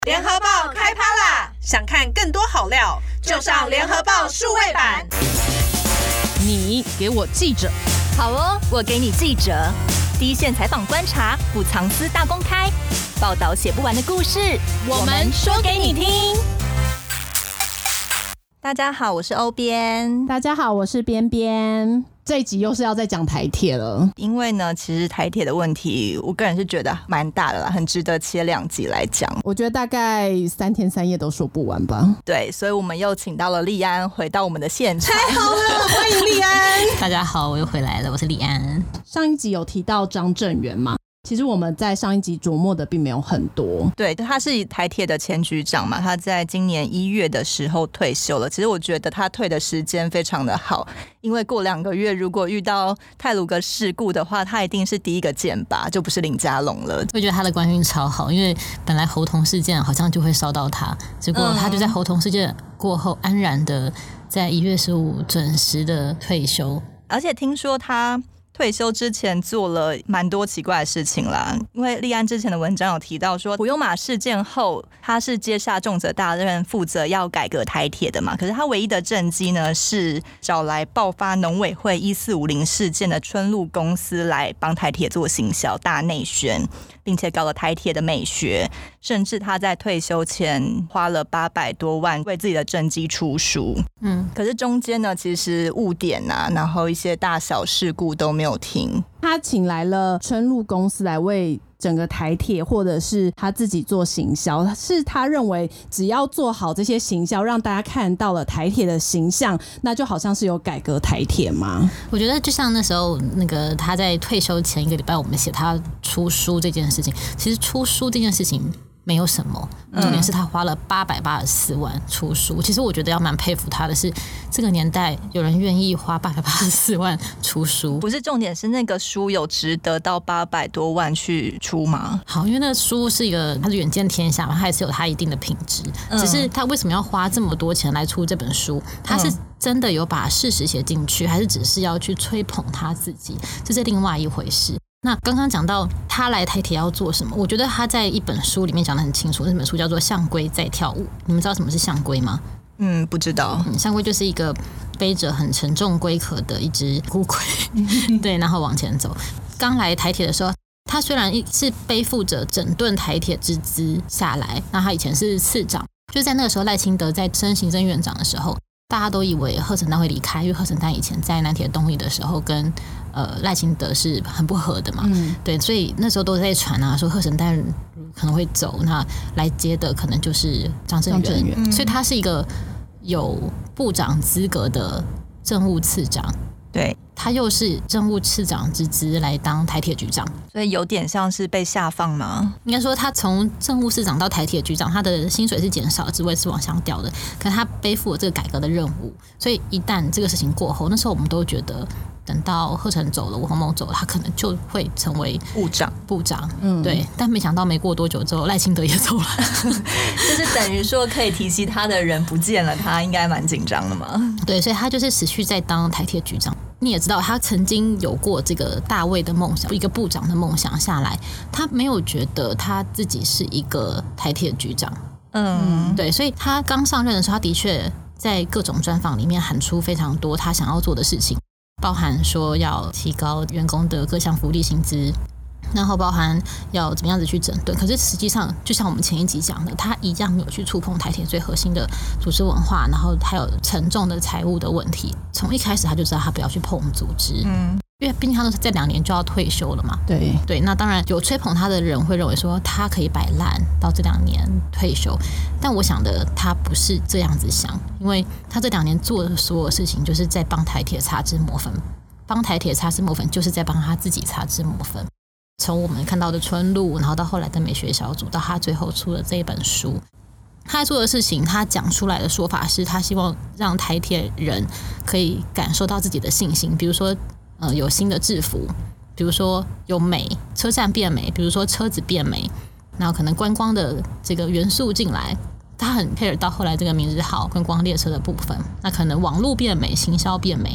联合报开趴啦！想看更多好料，就上联合报数位版。 你给我记者， 好哦，我给你记者，第一线采访观察，不藏私大公开，报道写不完的故事， 我们说给你听。 大家好，我是欧边。 大家好，我是边边。这一集又是要再讲台铁了， 因为呢，其实台铁的问题，我个人是觉得蛮大的啦，很值得切2集来讲。 我觉得大概3天3夜都说不完吧。 对，所以我们又请到了立安回到我们的现场。 太好了，欢迎立安。 大家好，我又回来了，我是立安。 上一集有提到张正元嘛？其实我们在上一集琢磨的并没有很多。 对，他是台铁的前局长嘛，他在今年1月的时候退休了。其实我觉得他退的时间非常的好，因为过2个月如果遇到太鲁阁事故的话，他一定是第一个剑拔，就不是林佳龙了。 我觉得他的官运超好，因为本来猴硐事件好像就会烧到他，结果他就在猴硐事件过后安然的在1月15准时的退休。 而且听说他退休之前做了蛮多奇怪的事情啦，因为立安之前的文章有提到说，普悠玛事件后他是接下重责大任，负责要改革台铁的嘛。可是他唯一的政绩呢，是找来爆发农委会1450事件的春鹿公司来帮台铁做行销大内宣，并且搞了台铁的美学，甚至他在退休前花了800多万为自己的政绩出书。可是中间呢，其实误点啊，然后一些大小事故都没有停。 他请来了春鹿公司来为整个台铁或者是他自己做行销，是他认为只要做好这些行销，让大家看到了台铁的形象，那就好像是有改革台铁吗？ 我觉得就像那时候那个他在退休前1个礼拜我们写他出书这件事情，其实出书这件事情没有什么，重点是他花了884万出书。其实我觉得要蛮佩服他的是，这个年代有人愿意花884万出书。 不是，重点是那个书有值得到800多万去出吗？ 好，因为那个书是一个，它是远见天下嘛，它还是有它一定的品质。只是他为什么要花这么多钱来出这本书？他是真的有把事实写进去，还是只是要去吹捧他自己？这是另外一回事。那刚刚讲到他来台铁要做什么，我觉得他在一本书里面讲得很清楚，那本书叫做《象龟在跳舞》。你们知道什么是象龟吗？ 不知道。 象龟就是一个背着很沉重龟壳的一只乌龟，对，然后往前走。刚来台铁的时候，他虽然是背负着整顿台铁之资下来，那他以前是次长，就在那个时候赖清德在升行政院长的时候，大家都以为贺陈旦会离开，因为贺陈旦以前在南铁东移的时候跟赖清德是很不合的嘛，对，所以那时候都在传啊，说贺陈旦可能会走，那来接的可能就是张正元，所以他是一个有部长资格的政务次长， 对， 他又是政务次长之资来当台铁局长， 所以有点像是被下放吗？ 应该说他从政务次长到台铁局长，他的薪水是减少，职位是往上调的，可是他背负了这个改革的任务，所以一旦这个事情过后，那时候我们都觉得等到贺陈走了，吴鸿蒙走了，他可能就会成为部长，对。但没想到没过多久之后，赖清德也走了， 就是等于说可以提携他的人不见了，他应该蛮紧张的嘛。 对，所以他就是持续在当台铁局长。你也知道，他曾经有过这个大位的梦想，一个部长的梦想下来，他没有觉得他自己是一个台铁局长。对，所以他刚上任的时候，他的确在各种专访里面喊出非常多他想要做的事情，包含说要提高员工的各项福利薪资，然后包含要怎么样子去整顿。可是实际上就像我们前一集讲的，他一样没有去触碰台铁最核心的组织文化，然后还有沉重的财务的问题。从一开始他就知道他不要去碰组织，因为毕竟他都在2年就要退休了嘛。对，那当然有吹捧他的人会认为说他可以摆烂到这2年退休，但我想的他不是这样子想，因为他这2年做的所有事情就是在帮台铁擦脂抹粉，帮台铁擦脂抹粉就是在帮他自己擦脂抹粉。从我们看到的春鹿，然后到后来的美学小组，到他最后出了这一本书，他在做的事情，他讲出来的说法是他希望让台铁人可以感受到自己的信心，比如说有新的制服，比如说有美，车站变美，比如说车子变美，然后可能观光的这个元素进来，他很 care 到后来这个明日号观光列车的部分，那可能网络变美，行销变美，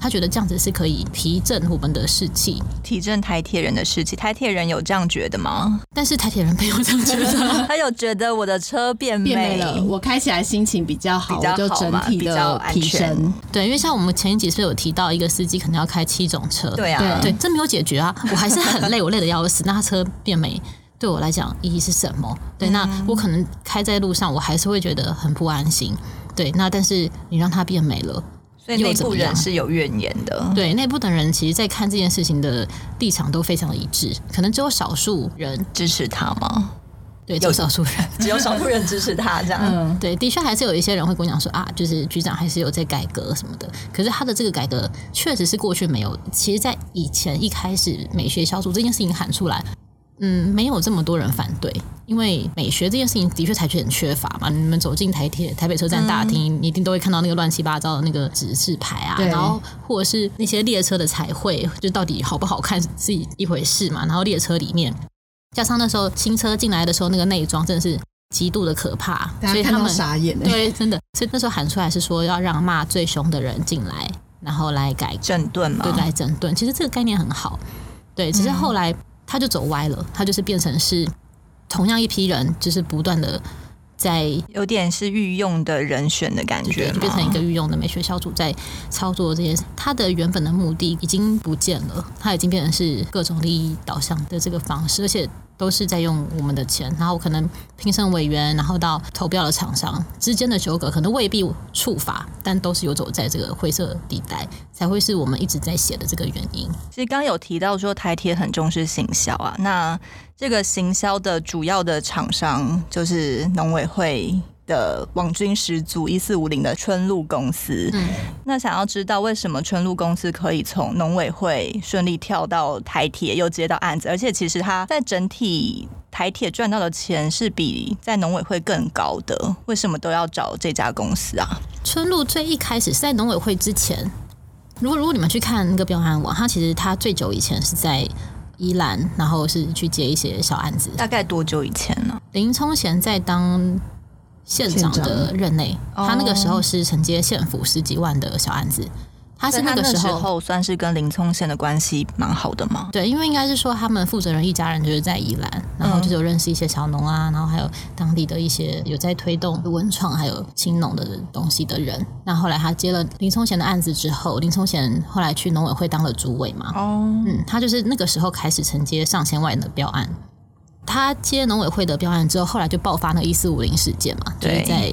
他觉得这样子是可以提振我们的士气， 提振台铁人的士气。台铁人有这样觉得吗？ 但是台铁人没有这样觉得， 他有觉得我的车变美了，我开起来心情比较好， 比较好， 我就整体的提升。 对，因为像我们前一集是有提到一个司机可能要开7种车， 对啊， 对，这没有解决啊，我还是很累，我累得要死。那他车变美对我来讲意义是什么？对，那我可能开在路上，我还是会觉得很不安心。对，那但是你让它变美了。 所以内部人是有怨言的， 对，内部的人其实在看这件事情的立场都非常的一致，可能只有少数人支持他吗？ 对，只有少数人， 只有少数人支持他这样。 对，的确还是有一些人会跟我讲说啊，就是局长还是有在改革什么的，可是他的这个改革确实是过去没有，其实在以前一开始美学小组这件事情喊出来，没有这么多人反对，因为美学这件事情的确采取很缺乏嘛。你们走进台北车站大厅，你一定都会看到那个乱七八糟的那个指示牌啊，然后或者是那些列车的彩绘，就到底好不好看是一回事嘛。然后列车里面，加上那时候新车进来的时候，那个内装真的是极度的可怕，所以他们傻眼对，真的，所以那时候喊出来是说要让骂最凶的人进来，然后来改整顿嘛， 对，来整顿。其实这个概念很好，对，只是后来他就走歪了，他就是变成是同样一批人，就是不断的在有点是御用的人选的感觉， 就变成一个御用的美学小组在操作这些，他的原本的目的已经不见了，他已经变成是各种利益导向的这个方式，而且都是在用我们的钱，然后可能评审委员，然后到投标的厂商之间的纠葛，可能未必触法，但都是游走在这个灰色地带，才会是我们一直在写的这个原因。 其实刚刚有提到说台铁很重视行销啊，那这个行销的主要的厂商就是农委会的网军始祖1450的春鹿公司。那想要知道为什么春鹿公司可以从农委会顺利跳到台铁，又接到案子，而且其实他在整体台铁赚到的钱是比在农委会更高的，为什么都要找这家公司啊？ 春鹿最一开始是在农委会之前，如果你们去看那个标案网，它其实它最久以前是在宜兰，然后是去接一些小案子。 大概多久以前呢？ 林聪贤在当县长的任内，他那个时候是承接县府10几万的小案子。他是那个时候算是跟林聪县的关系蛮好的吗？ 对，因为应该是说他们负责人一家人就是在宜兰，然后就是有认识一些小农啊，然后还有当地的一些有在推动文创还有青农的东西的人。那后来他接了林聪贤的案子之后，林聪贤后来去农委会当了主委嘛，他就是那个时候开始承接上千万的标案。他接农委会的标案之后，后来就爆发那1450事件嘛，就是在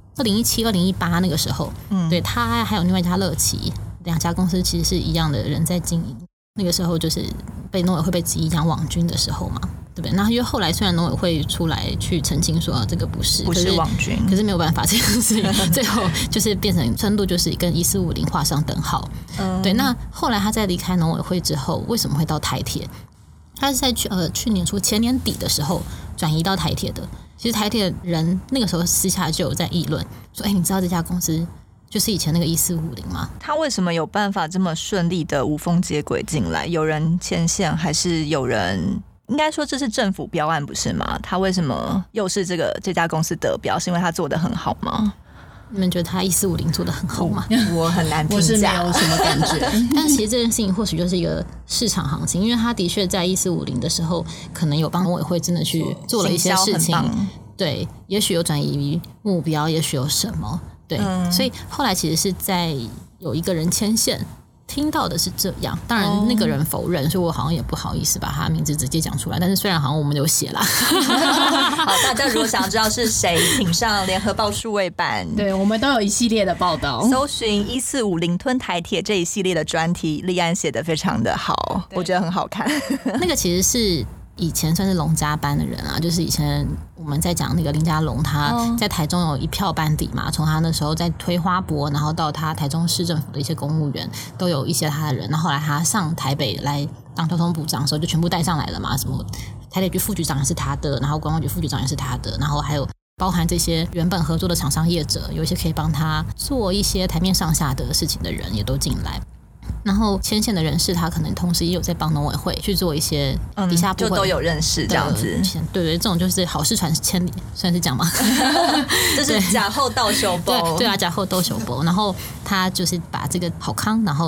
2017、2018那个时候，对，他还有另外一家乐奇，两家公司其实是一样的人在经营。那个时候就是被农委会被质疑养网军的时候嘛，对不对？然后因为后来虽然农委会出来去澄清说这个不是网军， 可是没有办法，这件事情最后就是变成春鹿就是跟1450画上等号。对，那后来他在离开农委会之后，为什么会到台铁？他是在去年初前年底的时候转移到台铁的。其实台铁人那个时候私下就有在议论说，你知道这家公司就是以前那个1450吗？ 他为什么有办法这么顺利的无缝接轨进来？有人牵线，还是有人？应该说这是政府标案不是吗？他为什么又是这家公司得标？是因为他做得很好吗？ 你们觉得他1450做得很好吗？ 我很难评价， 我是没有什么感觉。 但其实这件事情或许就是一个市场行情，因为他的确在1450的时候，可能有帮农委会真的去做了一些事情，对，也许有转移目标，也许有什么，对，所以后来其实是在有一个人牵线。听到的是这样，当然那个人否认，所以我好像也不好意思把他名字直接讲出来。但是虽然好像我们有写啦， 好，大家如果想知道是谁，请上联合报数位版， 对，我们都有一系列的报道， 搜寻1450吞台铁这一系列的专题，立安写得非常的好，我觉得很好看。 那个其实是以前算是龙家班的人啊，就是以前我们在讲那个林佳龙，他在台中有一票班底嘛，从他那时候在推花博，然后到他台中市政府的一些公务员，都有一些他的人。然后后来他上台北来当交通部长的时候，就全部带上来了嘛，什么台铁局副局长也是他的，然后观光局副局长也是他的，然后还有包含这些原本合作的厂商业者，有一些可以帮他做一些台面上下的事情的人也都进来。然后牵线的人士，他可能同时也有在帮农委会去做一些底下部分， 就都有认识这样子。 对对，这种就是好事传千里，算是这样吗？ 就是假后到手包。 对啊，假后到手包。然后他就是把这个好康，然后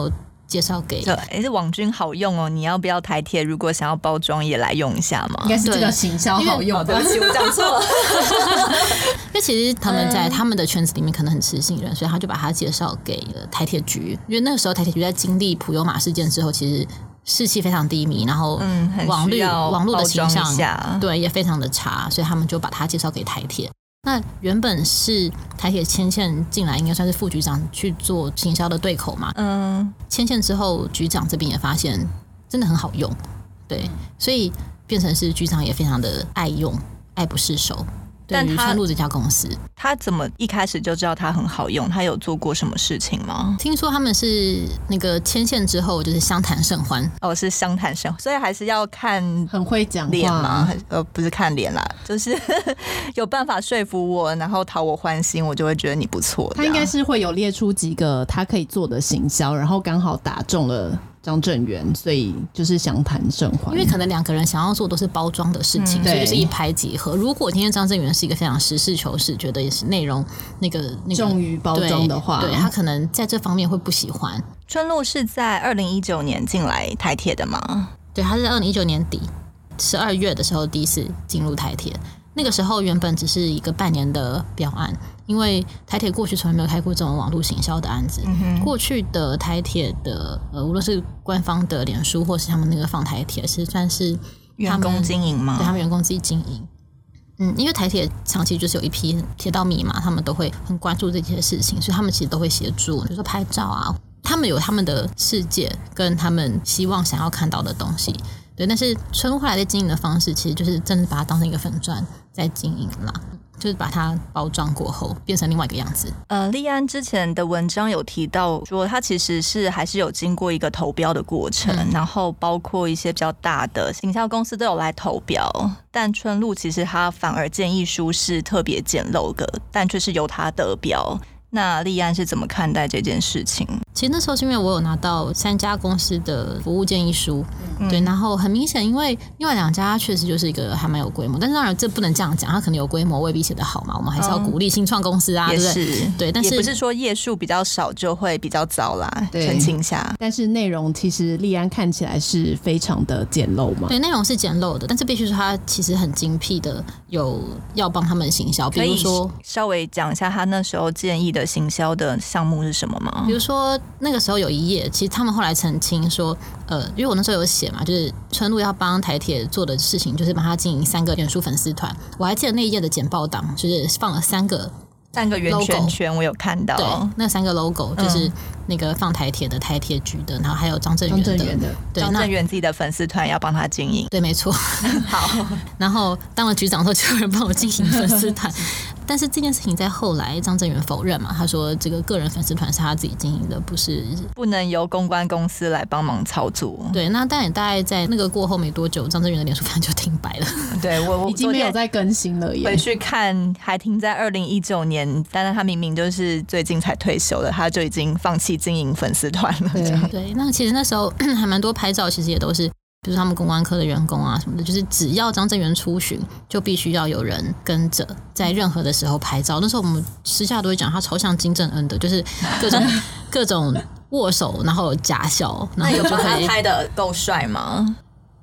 介绍给。 这网军好用哦，你要不要台铁？如果想要包装也来用一下嘛。 应该是这个行销好用的。 对不起，我讲错了。 因为其实他们在他们的圈子里面可能很吃信任，所以他就把他介绍给了台铁局。因为那个时候台铁局在经历普悠玛事件之后，其实士气非常低迷，然后网络的形象对也非常的差，所以他们就把他介绍给台铁。那原本是台铁牵线进来，应该算是副局长去做行销的对口嘛。牵线之后，局长这边也发现真的很好用，对，所以变成是局长也非常的爱用，爱不释手。对于川路这家公司， 他怎么一开始就知道他很好用？他有做过什么事情吗？ 听说他们是那个牵线之后就是相谈甚欢。 是相谈甚欢，所以还是要看很会讲脸吗？不是看脸啦，就是有办法说服我，然后讨我欢心，我就会觉得你不错。 他应该是会有列出几个他可以做的行销，然后刚好打中了张正元，所以就是相谈甚欢。 因为可能两个人想要做都是包装的事情，所以就是一拍即合。如果今天张正元是一个非常实事求是，觉得也是内容那个重于包装的话， 对他可能在这方面会不喜欢。 春露是在2019年进来台铁的吗？ 对，他是在2019年底12月的时候第一次进入台铁。那个时候原本只是一个半年的标案，因为台铁过去从来没有开过这种网络行销的案子。过去的台铁的无论是官方的脸书或是他们那个放台铁，是算是员工经营吗？ 对，他们员工自己经营。因为台铁长期就是有一批铁道迷嘛，他们都会很关注这些事情，所以他们其实都会协助，比如说拍照啊，他们有他们的世界跟他们希望想要看到的东西。对，但是春露后来在经营的方式，其实就是真的把它当成一个粉专在经营啦，就是把它包装过后变成另外一个样子。 立安之前的文章有提到说，他其实是还是有经过一个投标的过程，然后包括一些比较大的行销公司都有来投标，但春露其实他反而建议书是特别简陋的，但却是由他得标。那立安是怎么看待这件事情？ 其实那时候是因为我有拿到3家公司的服务建议书，对，然后很明显，因为另外2家确实就是一个还蛮有规模，但是当然这不能这样讲，它可能有规模未必写得好嘛，我们还是要鼓励新创公司啊，对不对？对，但是也不是说页数比较少就会比较糟啦，澄清下。 但是内容其实立安看起来是非常的简陋嘛。 对，内容是简陋的，但是必须说它其实很精辟的，有要帮他们行销，比如说稍微讲一下他那时候建议的行销的项目是什么吗？ 比如说那个时候有一页，其实他们后来澄清说，因为我那时候有写嘛，就是春露要帮台铁做的事情，就是帮他经营3个脸书粉丝团。我还记得那一页的简报档，就是放了3个圆圈圈，我有看到。 对，那3个 logo 就是那个放台铁的、台铁局的，然后还有张正元的。 对，张正元自己的粉丝团要帮他经营。 对，没错。好，然后当了局长之后，就有人帮我经营粉丝团。但是这件事情在后来张正元否认嘛，他说这个个人粉丝团是他自己经营的，不能由公关公司来帮忙操作。对，那但也大概在那个过后没多久，张正元的脸书反正就停摆了。 对，我已经没有再更新了耶。 回去看还停在2019年，但是他明明就是最近才退休的，他就已经放弃经营粉丝团了。 对，那其实那时候还蛮多拍照，其实也都是比如说他们公关科的员工啊什么的，就是只要张正元出巡，就必须要有人跟着，在任何的时候拍照。那时候我们私下都会讲，他超像金正恩的，就是各种握手，然后假笑，然后就帮他拍的够帅吗？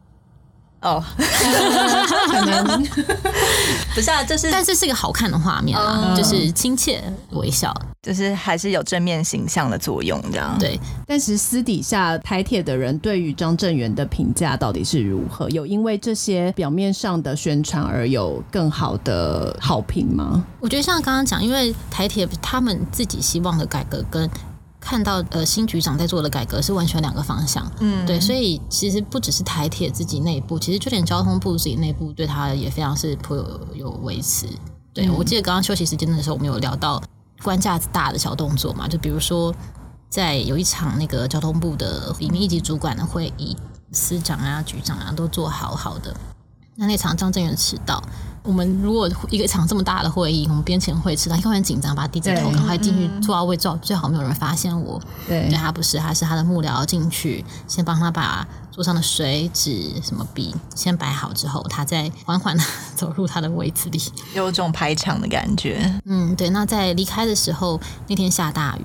可能不是啊， 但是是个好看的画面啊，就是亲切微笑， 就是还是有正面形象的作用这样。 对， 但是私底下台铁的人对于张正元的评价到底是如何？有因为这些表面上的宣传而有更好的好评吗？ 我觉得像刚刚讲，因为台铁他们自己希望的改革跟看到新局长在做的改革是完全2个方向，对，所以其实不只是台铁自己内部，其实就连交通部自己内部对他也非常是颇有维持。对，我记得刚刚休息时间的时候，我们有聊到官架子大的小动作嘛，就比如说在有一场那个交通部的里面1级主管的会议，司长啊、局长啊都做好好的，那场张正元迟到。我们如果一个场这么大的会议，我们编前会迟到，因为很紧张，把他低着头赶快进去坐到位，最好没有人发现我。对，他不是，他是他的幕僚进去，先帮他把桌上的水、纸、什么笔先摆好之后，他再缓缓的走入他的位子里， 有种排场的感觉。 对。那在离开的时候，那天下大雨。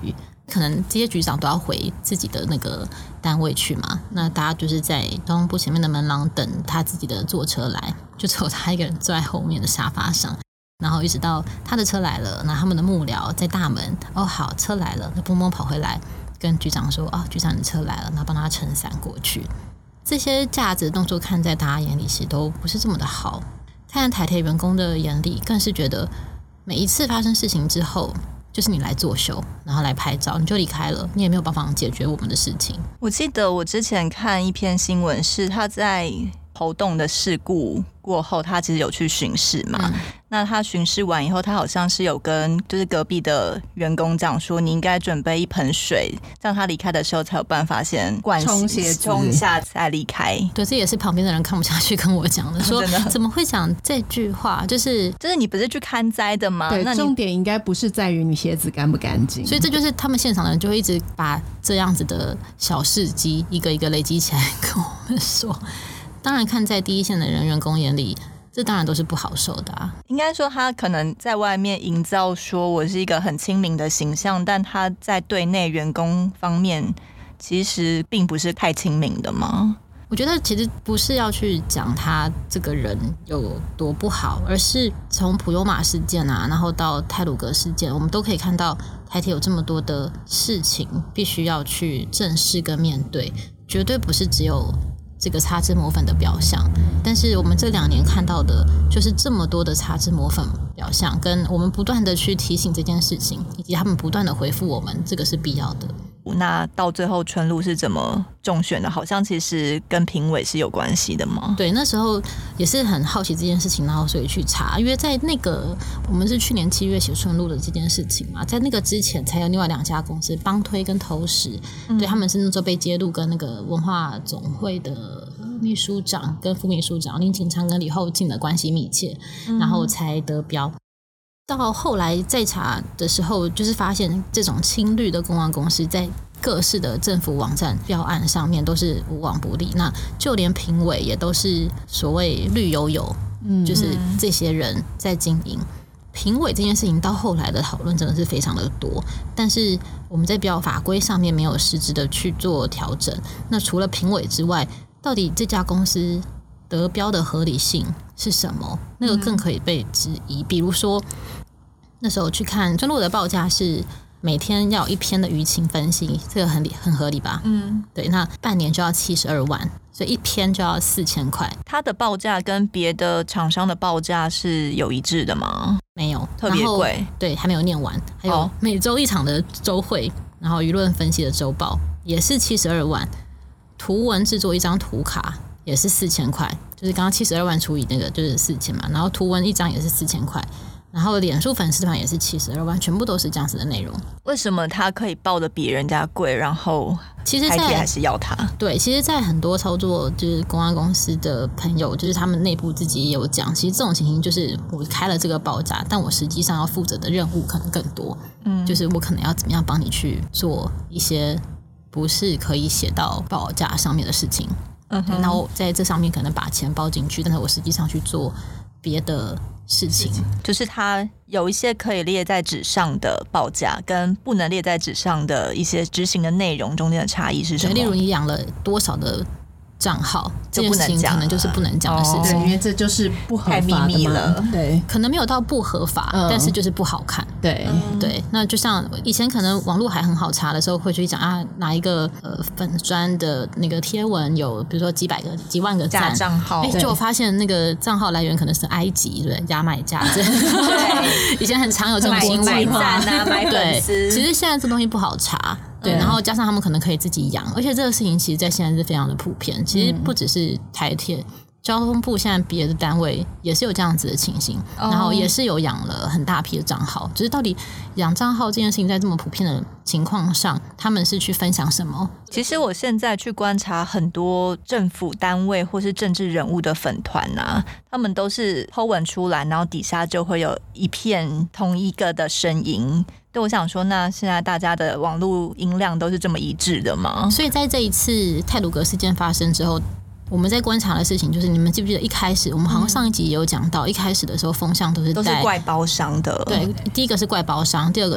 可能这些局长都要回自己的那个单位去嘛，那大家就是在交通部前面的门廊等他自己的坐车来，就只有他一个人坐在后面的沙发上，然后一直到他的车来了，那他们的幕僚在大门，哦好，车来了，那蹦蹦跑回来跟局长说，哦局长你的车来了，然后帮他撑伞过去。这些架子动作看在大家眼里其实都不是这么的好，看在台铁员工的眼里更是觉得每一次发生事情之后就是你来作秀，然后来拍照，你就离开了，你也没有办法解决我们的事情。 我记得我之前看一篇新闻，是他在猴硐的事故过后，他其实有去巡视嘛。那他巡视完以后，他好像是有跟就是隔壁的员工讲说，你应该准备一盆水，这样他离开的时候才有办法先灌洗冲一下再离开。 对，这也是旁边的人看不下去跟我讲的，说怎么会讲这句话？就是你不是去看灾的吗？ 对， 那重点应该不是在于你鞋子干不干净。 所以这就是他们现场的人就会一直把这样子的小事迹一个一个累积起来跟我们说。当然看在第一线的员工眼里，这当然都是不好受的啊。 应该说他可能在外面营造说我是一个很亲民的形象，但他在对内员工方面其实并不是太亲民的吗？ 我觉得其实不是要去讲他这个人有多不好，而是从普悠玛事件啊，然后到太鲁阁事件，我们都可以看到台铁有这么多的事情必须要去正视跟面对，绝对不是只有这个擦脂抹粉的表象。但是我们这2年看到的就是这么多的擦脂抹粉表象，跟我们不断的去提醒这件事情，以及他们不断的回复我们，这个是必要的。 那到最后春露是怎么中选的？好像其实跟评委是有关系的吗？ 对，那时候也是很好奇这件事情，然后所以去查，因为在那个我们是去年7月写春露的这件事情嘛，在那个之前才有另外2家公司邦推跟投石，对，他们是那时候被揭露跟那个文化总会的秘书长跟副秘书长林景昌跟李厚进的关系密切，然后才得标。到后来再查的时候，就是发现这种亲绿的公关公司在各式的政府网站标案上面都是无往不利，那就连评委也都是所谓绿油油，就是这些人在经营。评委这件事情到后来的讨论真的是非常的多，但是我们在标法规上面没有实质的去做调整。那除了评委之外，到底这家公司得标的合理性是什么？那个更可以被质疑。比如说那时候去看春露的报价是每天要1篇的舆情分析，这个很合理吧？对，那半年就要72万，所以1篇就要4000块。 它的报价跟别的厂商的报价是有一致的吗？ 没有， 特别贵。 对，还没有念完。还有每周1场的周会，然后舆论分析的周报也是72万，图文制作1张图卡也是4000块，就是刚刚72万除以那个就是4000嘛，然后图文1张也是4000块。然后脸书粉丝团也是72万，全部都是这样子的内容。 为什么他可以报的比人家贵，然后台铁还是要他？ 对，其实在很多操作就是公关公司的朋友，就是他们内部自己也有讲，其实这种情形就是我开了这个报价，但我实际上要负责的任务可能更多。就是我可能要怎么样帮你去做一些不是可以写到报价上面的事情。然后在这上面可能把钱包进去，但是我实际上去做别的事情， 就是它有一些可以列在纸上的报价跟不能列在纸上的一些执行的内容中间的差异是什么？ 例如你养了多少的账号， 就不能讲， 可能就是不能讲的事情， 因为这就是不合法的嘛， 太秘密了。 对， 可能没有到不合法，但是就是不好看。 对对，那就像以前可能网络还很好查的时候，会去讲啊，哪一个粉专的那个贴文有，比如说几万个赞账号， 就我发现那个账号来源可能是埃及，对，牙买加，对，以前很常有这种新闻， 买赞啊，买粉丝。 其实现在这东西不好查。对，然后加上他们可能可以自己养，而且这个事情其实在现在是非常的普遍。其实不只是台铁，交通部现在别的单位也是有这样子的情形，然后也是有养了很大批的账号。只是到底养账号这件事情在这么普遍的情况上，他们是去分享什么？ 其实我现在去观察很多政府单位或是政治人物的粉团啊，他们都是 po 文出来，然后底下就会有一片同一个的声音。对，我想说，那现在大家的网络音量都是这么一致的吗？ 所以在这一次太鲁阁事件发生之后，我们在观察的事情就是，你们记不记得一开始我们好像上一集也有讲到，一开始的时候风向都是怪包商的。 对，第一个是怪包商，第二个是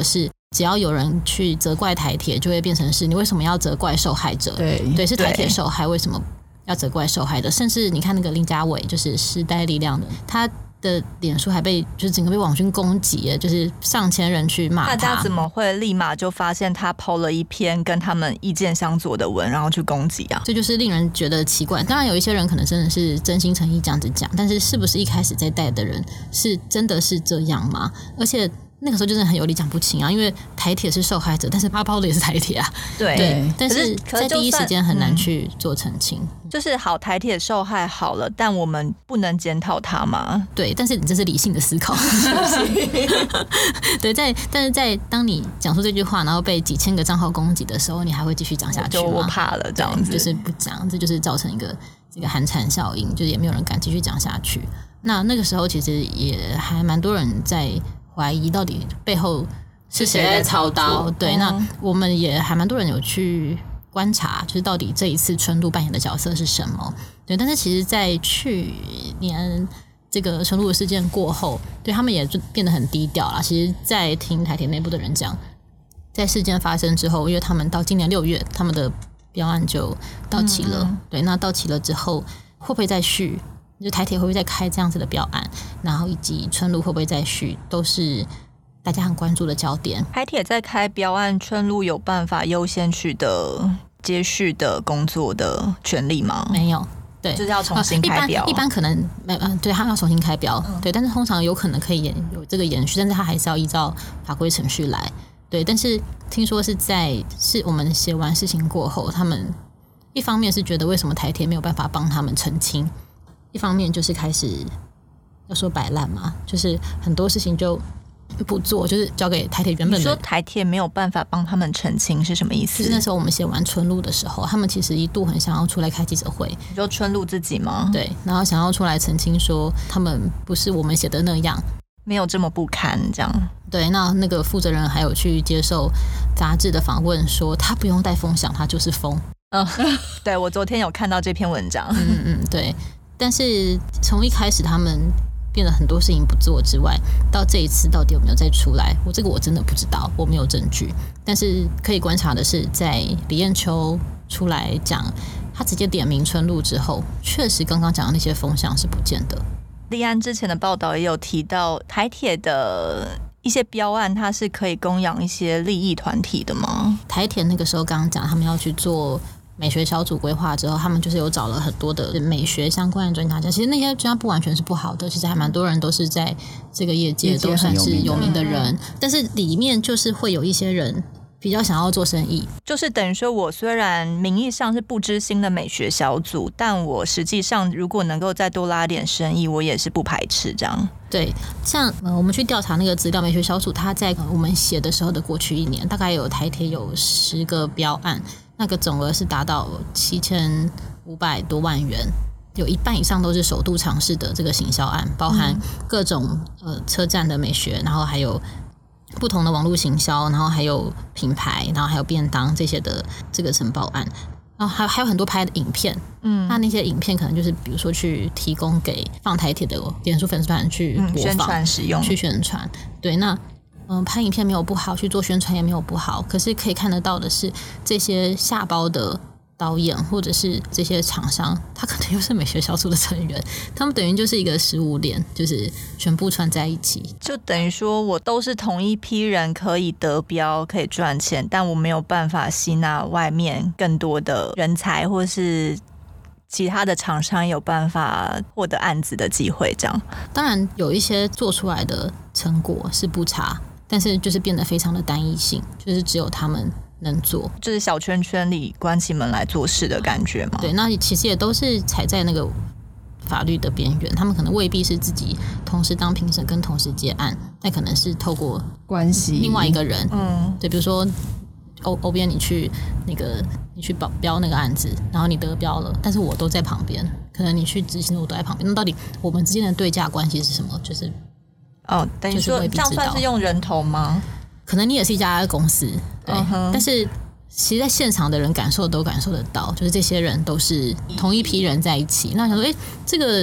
只要有人去责怪台铁，就会变成是你为什么要责怪受害者？对，是台铁受害，为什么要责怪受害者？甚至你看那个林家伟，就是时代力量的，他的脸书还被就是整个被网军攻击，就是上千人去骂他。 大家怎么会立马就发现他 po 了一篇跟他们意见相左的文，然后去攻击啊？ 这就是令人觉得奇怪。当然有一些人可能真的是真心诚意这样子讲，但是是不是一开始在带的人是真的是这样吗？而且那个时候就真的很有理讲不清啊，因为台铁是受害者，但是他抛的也是台铁啊。对，但是在第一时间很难去做澄清。 就是好，台铁受害好了，但我们不能检讨他嘛？ 对，但是你这是理性的思考。对，但是在当你讲出这句话，然后被几千个账号攻击的时候，你还会继续讲下去吗？ 我怕了，这样子就是不讲，这就是造成一个这个寒蝉效应，就是也没有人敢继续讲下去。那个时候其实也还蛮多人在怀疑到底背后是谁在操刀。对，那我们也还蛮多人有去观察，就是到底这一次春露扮演的角色是什么。对，但是其实在去年这个春露的事件过后，对他们也就变得很低调啦。其实在听台铁内部的人讲，在事件发生之后，因为他们到今年6月他们的标案就到期了。对，那到期了之后会不会再续，就台铁会不会再开这样子的标案，然后以及春露会不会再续，都是大家很关注的焦点。 台铁在开标案，春露有办法优先取得接续的工作的权利吗？ 没有，对， 就是要重新开标。 一般可能对，他要重新开标，对，但是通常有可能可以有这个延续，但是他还是要依照法规程序来。对，但是听说是我们写完事情过后，他们一方面是觉得为什么台铁没有办法帮他们澄清，一方面就是开始要说摆烂嘛，就是很多事情就不做，就是交给台铁原本的。 你说台铁没有办法帮他们澄清是什么意思？ 就是那时候我们写完春露的时候，他们其实一度很想要出来开记者会。 你说春露自己吗？ 对，然后想要出来澄清说他们不是我们写的那样， 没有这么不堪这样。 对，那个负责人还有去接受杂志的访问，说他不用带风响，他就是风。 对，我昨天有看到这篇文章。 对。但是从一开始他们变得很多事情不做之外，到这一次到底有没有再出来，我真的不知道，我没有证据。但是可以观察的是，在李彦秋出来讲，他直接点名春露之后，确实刚刚讲的那些风向是不见的。 立安之前的报道也有提到，台铁的一些标案，它是可以供养一些利益团体的吗？ 台铁那个时候刚刚讲，他们要去做美学小组规划之后，他们就是有找了很多的美学相关的专家。其实那些专家不完全是不好的，其实还蛮多人都是在这个业界都算是有名的人，但是里面就是会有一些人比较想要做生意， 就是等于说我虽然名义上是不知心的美学小组，但我实际上如果能够再多拉点生意，我也是不排斥这样。 对，像我们去调查那个资料，美学小组它在我们写的时候的过去1年，大概有台铁有10个标案，那个总额是达到7500多万元，有一半以上都是首度尝试的这个行销案，包含各种车站的美学，然后还有不同的网络行销，然后还有品牌，然后还有便当这些的这个承包案，然后还有很多拍的影片。那些影片可能就是比如说去提供给放台铁的脸书粉丝团去播放、 宣传使用， 去宣传。对，那拍影片没有不好，去做宣传也没有不好，可是可以看得到的是，这些下包的导演或者是这些厂商，他可能又是美学小组的成员，他们等于就是一个食物链，就是全部串在一起， 就等于说我都是同一批人可以得标可以赚钱，但我没有办法吸纳外面更多的人才，或是其他的厂商有办法获得案子的机会这样。 当然有一些做出来的成果是不差，但是就是变得非常的单一性，就是只有他们能做， 就是小圈圈里关起门来做事的感觉嘛。 对，那其实也都是踩在那个法律的边缘，他们可能未必是自己同时当评审跟同时接案，那可能是透过关系另外一个人。对，比如说欧边你去标那个案子，然后你得标了，但是我都在旁边，可能你去执行的我都在旁边，那到底我们之间的对价关系是什么？就是等于说这样算是用人头吗？ 可能你也是一家公司，对，但是其实在现场的人感受得到，就是这些人都是同一批人在一起。那想说，这个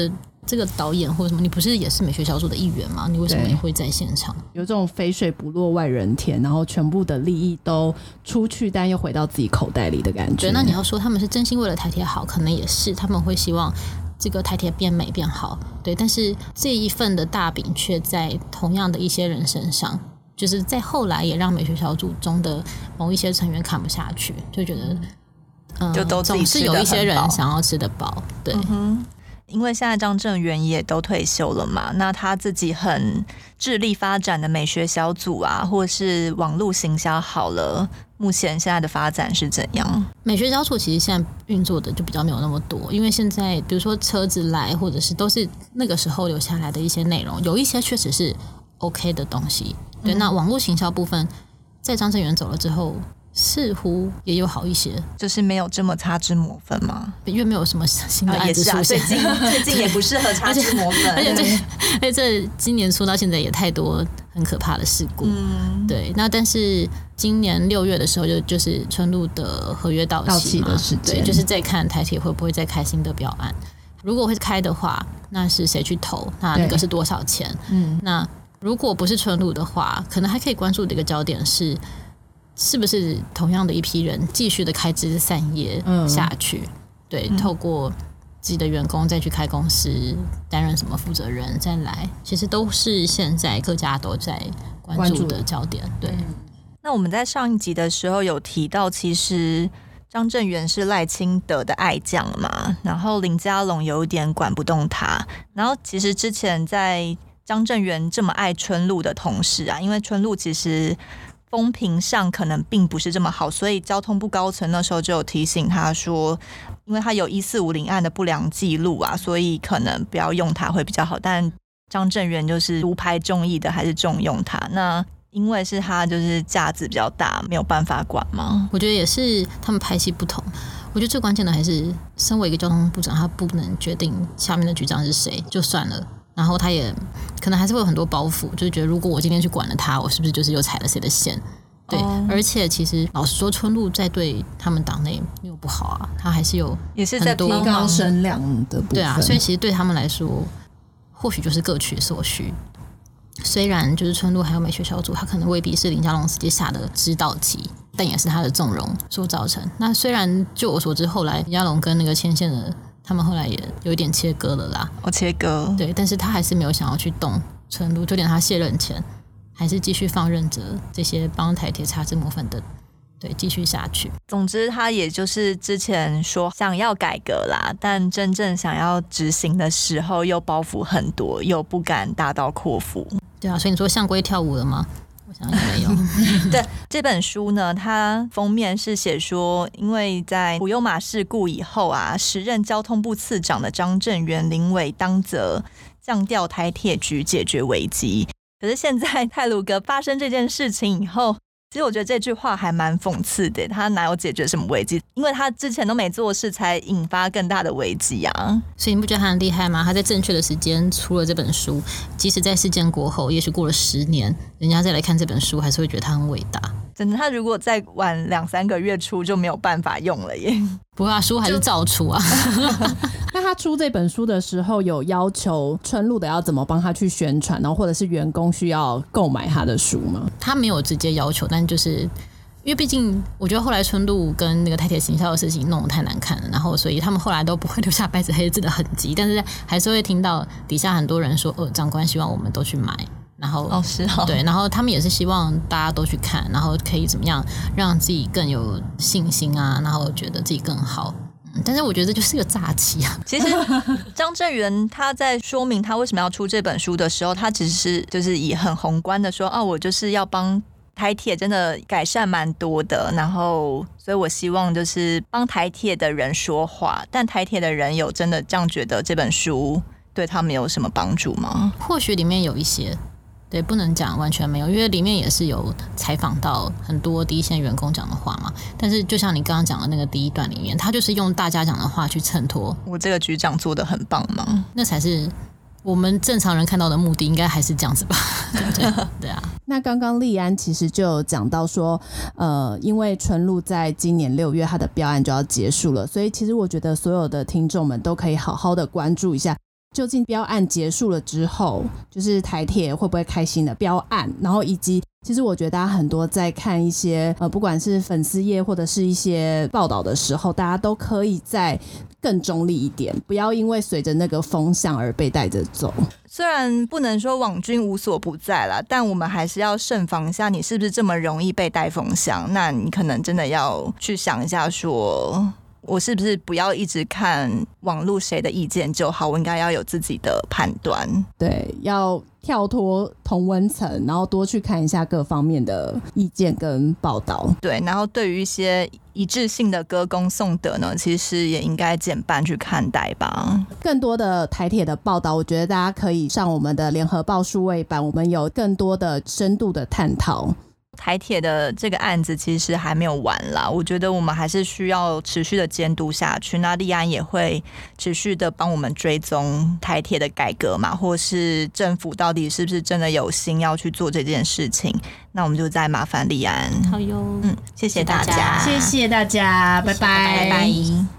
这个导演或者什么，你不是也是美学小组的一员吗？你为什么也会在现场？ 有这种肥水不落外人田，然后全部的利益都出去，但又回到自己口袋里的感觉。 对，那你要说他们是真心为了台铁好，可能也是，他们会希望这个台铁变美变好，对，但是这一份的大饼却在同样的一些人身上，就是在后来也让美学小组中的某一些成员看不下去，就觉得就都自己总是有一些人想要吃得饱，对。 因为现在张正元也都退休了嘛，那他自己很致力发展的美学小组啊，或是网络行销好了，目前现在的发展是怎样？ 美学小组其实现在运作的就比较没有那么多，因为现在比如说车子来，或者是都是那个时候留下来的一些内容，有一些确实是 OK 的东西。对，那网络行销部分，在张正元走了之后，似乎也有好一些， 就是没有这么擦脂抹粉吗？ 因为没有什么新的案子出现， 最近也不适合擦脂抹粉， 而且这今年出到现在也太多很可怕的事故。对，那但是今年6月的时候就是春路的合约到期嘛， 的时间， 对，就是在看台铁会不会再开新的标案。如果会开的话，那是谁去投？那个是多少钱？那如果不是春路的话，可能还可以关注的一个焦点是不是同样的一批人继续的开枝散叶下去？对，透过自己的员工再去开公司，担任什么负责人再来，其实都是现在各家都在关注的焦点。对， 那我们在上一集的时候有提到，其实张正元是赖清德的爱将嘛，然后林佳龙有一点管不动他，然后其实之前在张正元这么爱春路的同时啊，因为春路其实风评上可能并不是这么好，所以交通部高层那时候就有提醒他说，因为他有1450案的不良记录啊，所以可能不要用他会比较好。但张正元就是独排众议的，还是重用他。那因为是他就是架子比较大，没有办法管吗？ 我觉得也是他们派系不同。我觉得最关键的还是身为一个交通部长，他不能决定下面的局长是谁就算了。然后他也可能还是会有很多包袱，就是觉得如果我今天去管了他，我是不是就是又踩了谁的线？对，而且其实老实说，春路在对他们党内没有不好啊，他还是有也是在提高声量的部分。 对啊，所以其实对他们来说，或许就是各取所需。虽然就是春路还有美学小组，他可能未必是林佳龙直接下的指导棋，但也是他的纵容所造成。那虽然就我所知，后来林佳龙跟那个牵线的。他们后来也有一点切割了啦， 切割， 对，但是他还是没有想要去动春路，就连他卸任前，还是继续放任着这些帮台铁擦脂抹粉的，对，继续下去。 总之，他也就是之前说想要改革啦，但真正想要执行的时候，又包袱很多，又不敢大刀阔斧。 对啊，所以你说象龟跳舞了吗？我想也没有。 对，这本书呢，它封面是写说，因为在普悠玛事故以后啊，时任交通部次长的张正元临危当责，降调台铁局解决危机。可是现在太鲁阁发生这件事情以后，其实我觉得这句话还蛮讽刺的，他哪有解决什么危机？因为他之前都没做事，才引发更大的危机啊！ 所以你不觉得他很厉害吗？他在正确的时间出了这本书，即使在事件过后，也许过了10年，人家再来看这本书，还是会觉得他很伟大。 真的，他如果再晚2-3个月出，就没有办法用了耶。 不过书还是照出啊。 那他出这本书的时候，有要求春路的要怎么帮他去宣传，然后或者是员工需要购买他的书吗？ 他没有直接要求，但就是因为毕竟我觉得后来春路跟那个台铁行销的事情弄得太难看了，然后所以他们后来都不会留下白纸黑字的痕迹，但是还是会听到底下很多人说，长官希望我们都去买。然后对，然后他们也是希望大家都去看，然后可以怎么样让自己更有信心啊，然后觉得自己更好。但是我觉得这就是个诈欺啊。 其实张正元他在说明他为什么要出这本书的时候，他只是就是以很宏观的说，我就是要帮台铁真的改善蛮多的，然后所以我希望就是帮台铁的人说话。但台铁的人有真的这样觉得这本书对他们有什么帮助吗？ 或许里面有一些。对，不能讲完全没有，因为里面也是有采访到很多第一线员工讲的话嘛。但是就像你刚刚讲的那个第一段里面，他就是用大家讲的话去衬托。 我这个局长做得很棒吗？ 那才是我们正常人看到的目的，应该还是这样子吧？对啊。 那刚刚立安其实就有讲到说，因为春路在今年6月他的标案就要结束了，所以其实我觉得所有的听众们都可以好好的关注一下。 究竟标案结束了之后，就是台铁会不会开新的标案，然后以及其实我觉得大家很多在看一些不管是粉丝页或者是一些报道的时候，大家都可以再更中立一点，不要因为随着那个风向而被带着走。 虽然不能说网军无所不在啦，但我们还是要慎防一下你是不是这么容易被带风向。那你可能真的要去想一下说，我是不是不要一直看网络谁的意见就好，我应该要有自己的判断。 对，要跳脱同温层，然后多去看一下各方面的意见跟报道。 对，然后对于一些一致性的歌功颂德呢，其实也应该减半去看待吧。 更多的台铁的报道，我觉得大家可以上我们的联合报数位版，我们有更多的深度的探讨。 台铁的这个案子其实还没有完啦，我觉得我们还是需要持续的监督下去。那立安也会持续的帮我们追踪台铁的改革嘛，或是政府到底是不是真的有心要去做这件事情。那我们就再麻烦立安。 好哟， 谢谢大家， 谢谢大家，拜拜， 拜拜。